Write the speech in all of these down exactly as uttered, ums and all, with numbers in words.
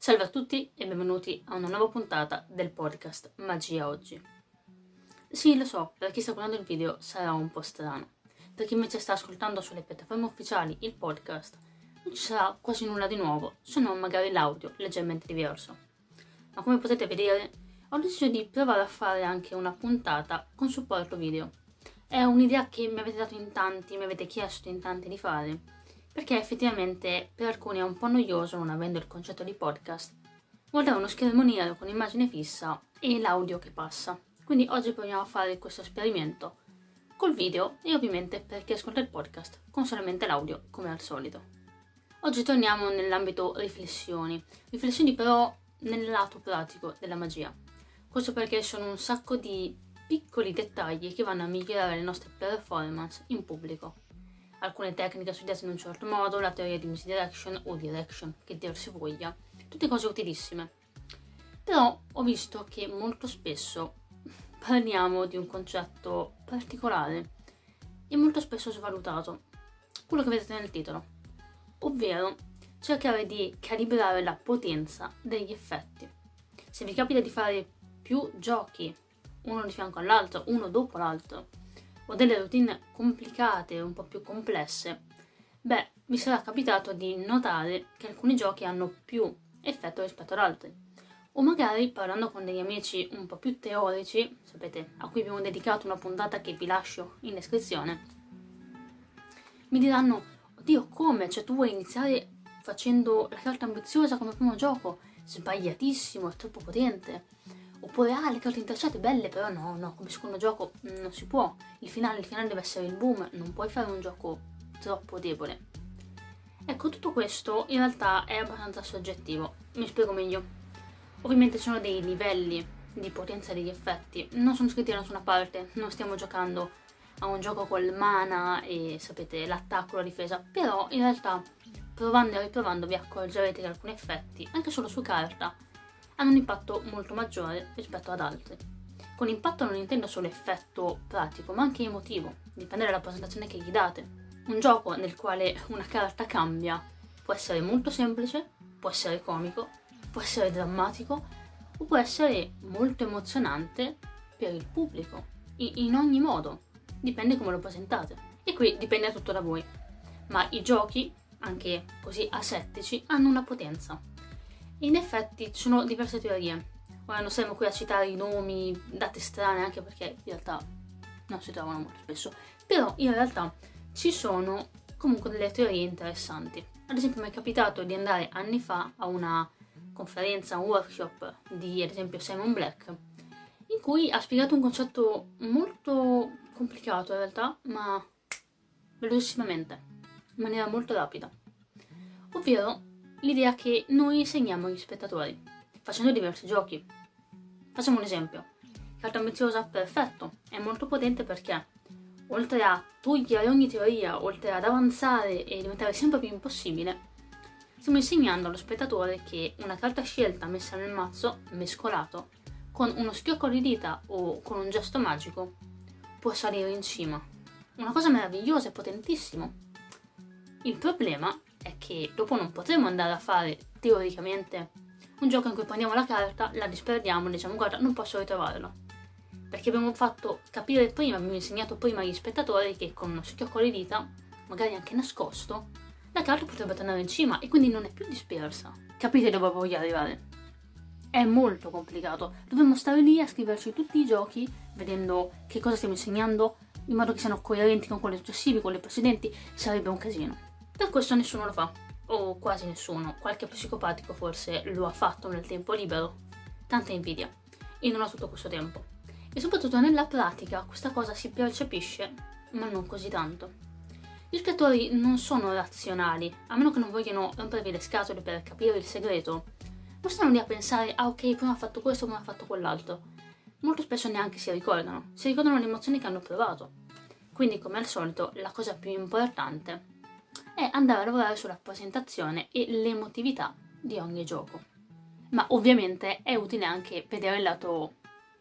Salve a tutti e benvenuti a una nuova puntata del podcast Magia Oggi. Sì, lo so, per chi sta guardando il video sarà un po' strano. Per chi invece sta ascoltando sulle piattaforme ufficiali il podcast, non ci sarà quasi nulla di nuovo, se non magari l'audio leggermente diverso. Ma come potete vedere, ho deciso di provare a fare anche una puntata con supporto video. È un'idea che mi avete dato in tanti, mi avete chiesto in tanti di fare, perché effettivamente per alcuni è un po' noioso, non avendo il concetto di podcast, guardare uno schermo nero con immagine fissa e l'audio che passa. Quindi oggi proviamo a fare questo esperimento col video e ovviamente per chi ascolta il podcast con solamente l'audio come al solito. Oggi torniamo nell'ambito riflessioni, riflessioni però nel lato pratico della magia. Questo perché sono un sacco di piccoli dettagli che vanno a migliorare le nostre performance in pubblico. Alcune tecniche studiate in un certo modo, la teoria di misdirection o direction, che dir si voglia, tutte cose utilissime. Però ho visto che molto spesso parliamo di un concetto particolare e molto spesso svalutato, quello che vedete nel titolo, ovvero cercare di calibrare la potenza degli effetti. Se vi capita di fare più giochi, uno di fianco all'altro, uno dopo l'altro, o delle routine complicate, un po' più complesse, beh, vi sarà capitato di notare che alcuni giochi hanno più effetto rispetto ad altri. O magari, parlando con degli amici un po' più teorici, sapete, a cui abbiamo dedicato una puntata che vi lascio in descrizione, mi diranno, oddio, come? Cioè tu vuoi iniziare facendo la carta ambiziosa come primo gioco? Sbagliatissimo, è troppo potente. Oppure, ah, le carte intrecciate belle, però no, no, come secondo gioco mh, non si può. Il finale, il finale deve essere il boom, non puoi fare un gioco troppo debole. Ecco, tutto questo in realtà è abbastanza soggettivo. Mi spiego meglio. Ovviamente ci sono dei livelli di potenza degli effetti, non sono scritti da nessuna parte, non stiamo giocando a un gioco col mana e, sapete, l'attacco, la difesa, però in realtà, provando e riprovando, vi accorgerete che alcuni effetti, anche solo su carta, hanno un impatto molto maggiore rispetto ad altri. Con impatto non intendo solo effetto pratico, ma anche emotivo, dipende dalla presentazione che gli date. Un gioco nel quale una carta cambia può essere molto semplice, può essere comico, può essere drammatico, o può essere molto emozionante per il pubblico, in, in ogni modo, dipende come lo presentate. E qui dipende tutto da voi, ma i giochi, anche così asettici, hanno una potenza. In effetti ci sono diverse teorie. Ora non saremo qui a citare i nomi, date strane, anche perché in realtà non si trovano molto spesso, però in realtà ci sono comunque delle teorie interessanti. Ad esempio mi è capitato di andare anni fa a una conferenza, un workshop di ad esempio Simon Black, in cui ha spiegato un concetto molto complicato in realtà, ma velocissimamente, in maniera molto rapida, ovvero l'idea che noi insegniamo agli spettatori, facendo diversi giochi. Facciamo un esempio. Carta ambiziosa, perfetto, è molto potente perché, oltre a togliere ogni teoria, oltre ad avanzare e diventare sempre più impossibile, stiamo insegnando allo spettatore che una carta scelta messa nel mazzo, mescolato, con uno schiocco di dita o con un gesto magico, può salire in cima. Una cosa meravigliosa e potentissima. Il problema è che dopo non potremo andare a fare, teoricamente, un gioco in cui prendiamo la carta, la disperdiamo e diciamo guarda, non posso ritrovarla. Perché abbiamo fatto capire prima, abbiamo insegnato prima agli spettatori che con uno schiocco di dita, magari anche nascosto, la carta potrebbe tornare in cima e quindi non è più dispersa. Capite dove voglio arrivare? È molto complicato. Dovremmo stare lì a scriverci tutti i giochi, vedendo che cosa stiamo insegnando, in modo che siano coerenti con quelli successivi, con le precedenti, sarebbe un casino. Per questo nessuno lo fa, o quasi nessuno, qualche psicopatico forse lo ha fatto nel tempo libero. Tanta invidia, e non ho tutto questo tempo. E soprattutto nella pratica questa cosa si percepisce, ma non così tanto. Gli spettatori non sono razionali, a meno che non vogliano rompervi le scatole per capire il segreto. Non stanno lì a pensare, ah ok, prima ha fatto questo, prima ha fatto quell'altro. Molto spesso neanche si ricordano, si ricordano le emozioni che hanno provato. Quindi, come al solito, la cosa più importante è andare a lavorare sulla presentazione e l'emotività di ogni gioco. Ma ovviamente è utile anche vedere il lato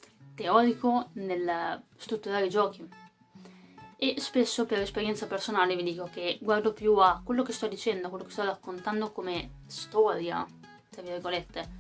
teorico nel strutturare i giochi. E spesso per esperienza personale vi dico che guardo più a quello che sto dicendo, a quello che sto raccontando come storia, tra virgolette,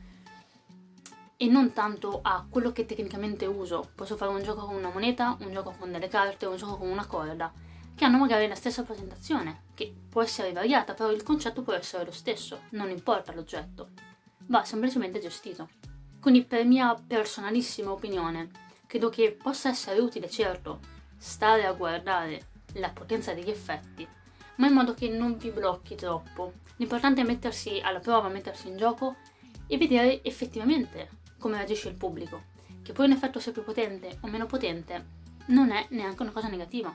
e non tanto a quello che tecnicamente uso. Posso fare un gioco con una moneta, un gioco con delle carte, un gioco con una corda, che hanno magari la stessa presentazione, che può essere variata, però il concetto può essere lo stesso, non importa l'oggetto, va semplicemente gestito. Quindi per mia personalissima opinione, credo che possa essere utile, certo, stare a guardare la potenza degli effetti, ma in modo che non vi blocchi troppo. L'importante è mettersi alla prova, mettersi in gioco e vedere effettivamente come reagisce il pubblico. Che poi un effetto sia più potente o meno potente non è neanche una cosa negativa.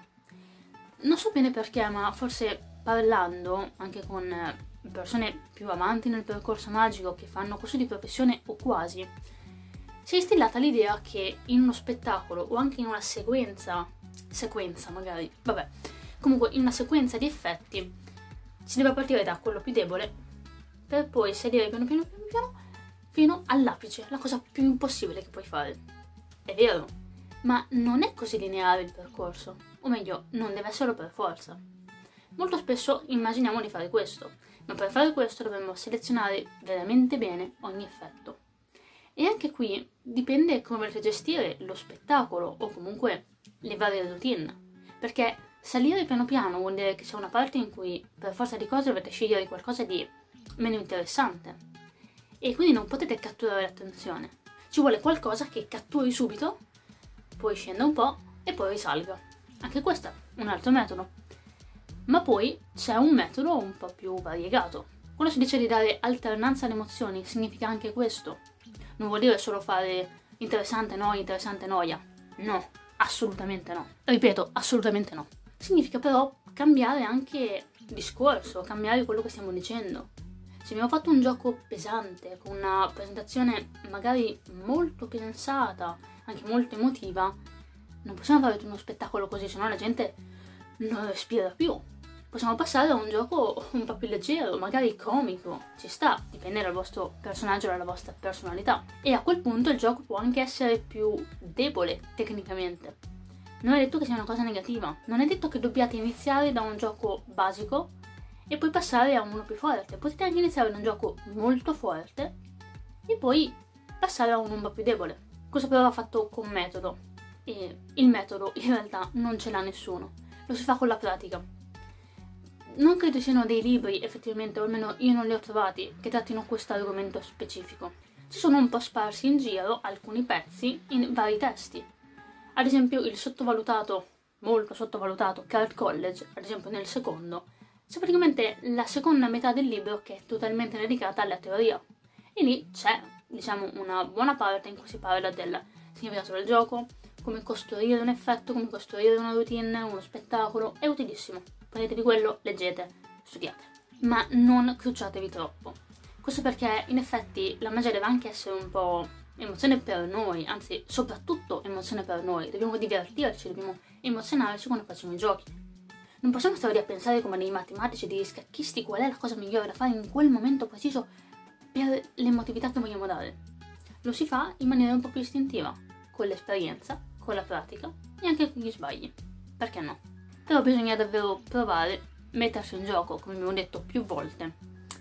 Non so bene perché, ma forse parlando anche con persone più avanti nel percorso magico che fanno questo di professione o quasi, si è instillata l'idea che in uno spettacolo o anche in una sequenza, sequenza magari, vabbè, comunque in una sequenza di effetti si deve partire da quello più debole per poi salire piano piano piano piano fino all'apice, la cosa più impossibile che puoi fare. È vero, ma non è così lineare il percorso, o meglio, non deve esserlo per forza. Molto spesso immaginiamo di fare questo, ma per fare questo dovremmo selezionare veramente bene ogni effetto. E anche qui dipende come volete gestire lo spettacolo o comunque le varie routine, perché salire piano piano vuol dire che c'è una parte in cui per forza di cose dovete scegliere qualcosa di meno interessante e quindi non potete catturare l'attenzione. Ci vuole qualcosa che catturi subito, poi scenda un po' e poi risalga. Anche questo è un altro metodo. Ma poi c'è un metodo un po' più variegato. Quando si dice di dare alternanza alle emozioni, significa anche questo. Non vuol dire solo fare interessante noia, interessante noia. No, assolutamente no. Ripeto, assolutamente no. Significa però cambiare anche discorso, cambiare quello che stiamo dicendo. Se abbiamo fatto un gioco pesante, con una presentazione magari molto pensata, anche molto emotiva, non possiamo fare uno spettacolo così, se no la gente non respira più. Possiamo passare a un gioco un po' più leggero, magari comico, ci sta, dipende dal vostro personaggio e dalla vostra personalità. E a quel punto il gioco può anche essere più debole tecnicamente. Non è detto che sia una cosa negativa, non è detto che dobbiate iniziare da un gioco basico e poi passare a uno più forte. Potete anche iniziare da un gioco molto forte e poi passare a uno un po' più debole. Questo però va fatto con metodo e il metodo in realtà non ce l'ha nessuno, lo si fa con la pratica. Non credo siano dei libri effettivamente, o almeno io non li ho trovati, che trattino questo argomento specifico. Ci sono un po' sparsi in giro alcuni pezzi in vari testi. Ad esempio il sottovalutato, molto sottovalutato, Card College, ad esempio nel secondo, c'è praticamente la seconda metà del libro che è totalmente dedicata alla teoria. E lì c'è, diciamo, una buona parte in cui si parla del significato del gioco, come costruire un effetto, come costruire una routine, uno spettacolo. È utilissimo. Prendetevi quello, leggete, studiate. Ma non crucciatevi troppo. Questo perché, in effetti, la magia deve anche essere un po' emozione per noi, anzi, soprattutto emozione per noi. Dobbiamo divertirci, dobbiamo emozionarci quando facciamo i giochi. Non possiamo stare lì a pensare come dei matematici, degli scacchisti, qual è la cosa migliore da fare in quel momento preciso per l'emotività che vogliamo dare. Lo si fa in maniera un po' più istintiva, con l'esperienza, con la pratica e anche con gli sbagli. Perché no? Però bisogna davvero provare, mettersi in gioco, come abbiamo detto più volte,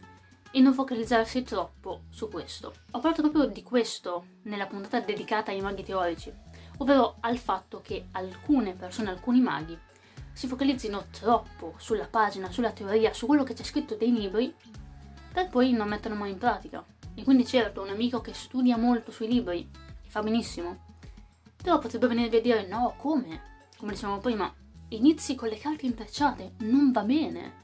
e non focalizzarsi troppo su questo. Ho parlato proprio di questo nella puntata dedicata ai maghi teorici, ovvero al fatto che alcune persone, alcuni maghi, si focalizzino troppo sulla pagina, sulla teoria, su quello che c'è scritto dei libri, per poi non metterlo mai in pratica. E quindi certo, un amico che studia molto sui libri fa benissimo, però potrebbe venirvi a dire no, come? Come dicevamo prima, inizi con le carte intrecciate, non va bene.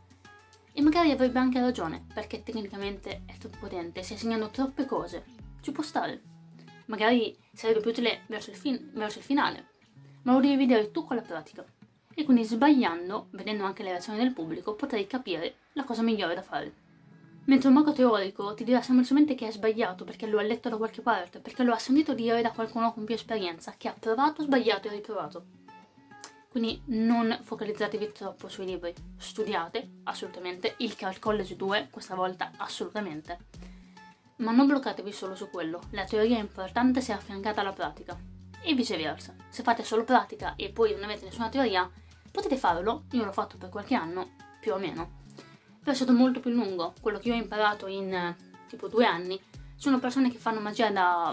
E magari avrebbe anche ragione, perché tecnicamente è troppo potente, stai insegnando troppe cose, ci può stare. Magari sarebbe più utile verso il, fin- verso il finale, ma lo devi vedere tu con la pratica. E quindi sbagliando, vedendo anche le reazioni del pubblico, potrai capire la cosa migliore da fare. Mentre un mago teorico ti dirà semplicemente che è sbagliato perché lo ha letto da qualche parte, perché lo ha sentito dire da qualcuno con più esperienza, che ha provato, sbagliato e riprovato. Quindi non focalizzatevi troppo sui libri, studiate assolutamente il Card College due, questa volta assolutamente, ma non bloccatevi solo su quello, la teoria è importante se è affiancata alla pratica, e viceversa, se fate solo pratica e poi non avete nessuna teoria, potete farlo, io l'ho fatto per qualche anno, più o meno, però è stato molto più lungo, quello che io ho imparato in tipo due anni, sono persone che fanno magia da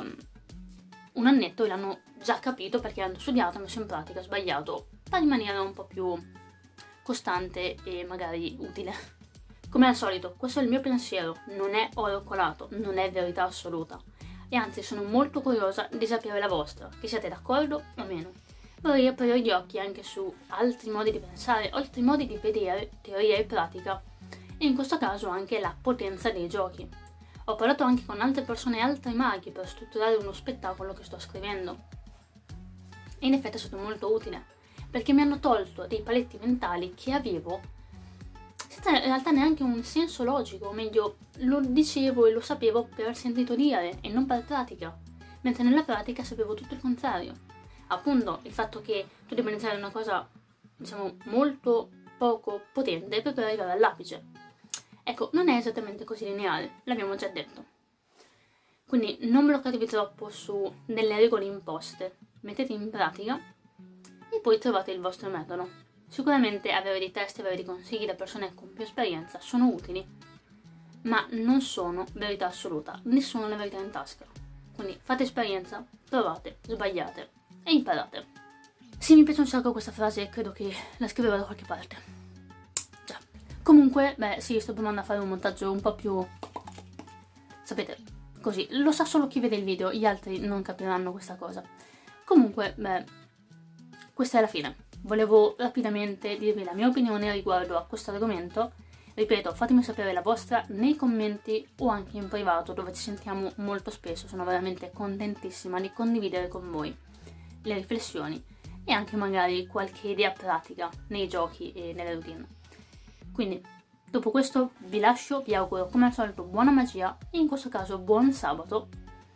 un annetto e l'hanno già capito perché hanno studiato, messo in pratica, sbagliato, ma in maniera un po' più costante e magari utile. Come al solito, questo è il mio pensiero, non è oro colato, non è verità assoluta. E anzi sono molto curiosa di sapere la vostra, che siate d'accordo o meno. Vorrei aprire gli occhi anche su altri modi di pensare, altri modi di vedere teoria e pratica, e in questo caso anche la potenza dei giochi. Ho parlato anche con altre persone e altri maghi per strutturare uno spettacolo che sto scrivendo. E in effetti è stato molto utile, perché mi hanno tolto dei paletti mentali che avevo senza in realtà neanche un senso logico, o meglio, lo dicevo e lo sapevo per sentito dire e non per pratica, mentre nella pratica sapevo tutto il contrario. Appunto, il fatto che tu debba iniziare una cosa, diciamo, molto poco potente per poi arrivare all'apice. Ecco, non è esattamente così lineare, l'abbiamo già detto. Quindi non bloccatevi troppo su delle regole imposte, mettete in pratica e poi trovate il vostro metodo. Sicuramente avere dei test e avere dei consigli da persone con più esperienza sono utili, ma non sono verità assoluta, nessuno ha la verità in tasca. Quindi fate esperienza, provate, sbagliate e imparate. Sì, mi piace un sacco questa frase e credo che la scriverò da qualche parte. Già. Comunque, beh, sì, sto provando a fare un montaggio un po' più... sapete, così. Lo sa solo chi vede il video, gli altri non capiranno questa cosa. Comunque, beh, questa è la fine. Volevo rapidamente dirvi la mia opinione riguardo a questo argomento. Ripeto, fatemi sapere la vostra nei commenti o anche in privato, dove ci sentiamo molto spesso. Sono veramente contentissima di condividere con voi le riflessioni e anche magari qualche idea pratica nei giochi e nelle routine. Quindi, dopo questo vi lascio, vi auguro come al solito buona magia e in questo caso buon sabato.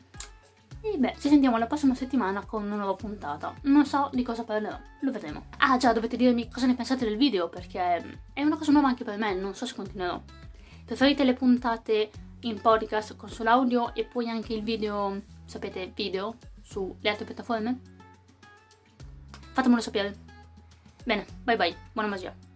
E beh, ci sentiamo la prossima settimana con una nuova puntata. Non so di cosa parlerò, lo vedremo. Ah già, dovete dirmi cosa ne pensate del video, perché è una cosa nuova anche per me, non so se continuerò. Preferite le puntate in podcast con solo audio e poi anche il video, sapete, video sulle altre piattaforme? Fatemelo sapere. Bene, bye bye, buona magia.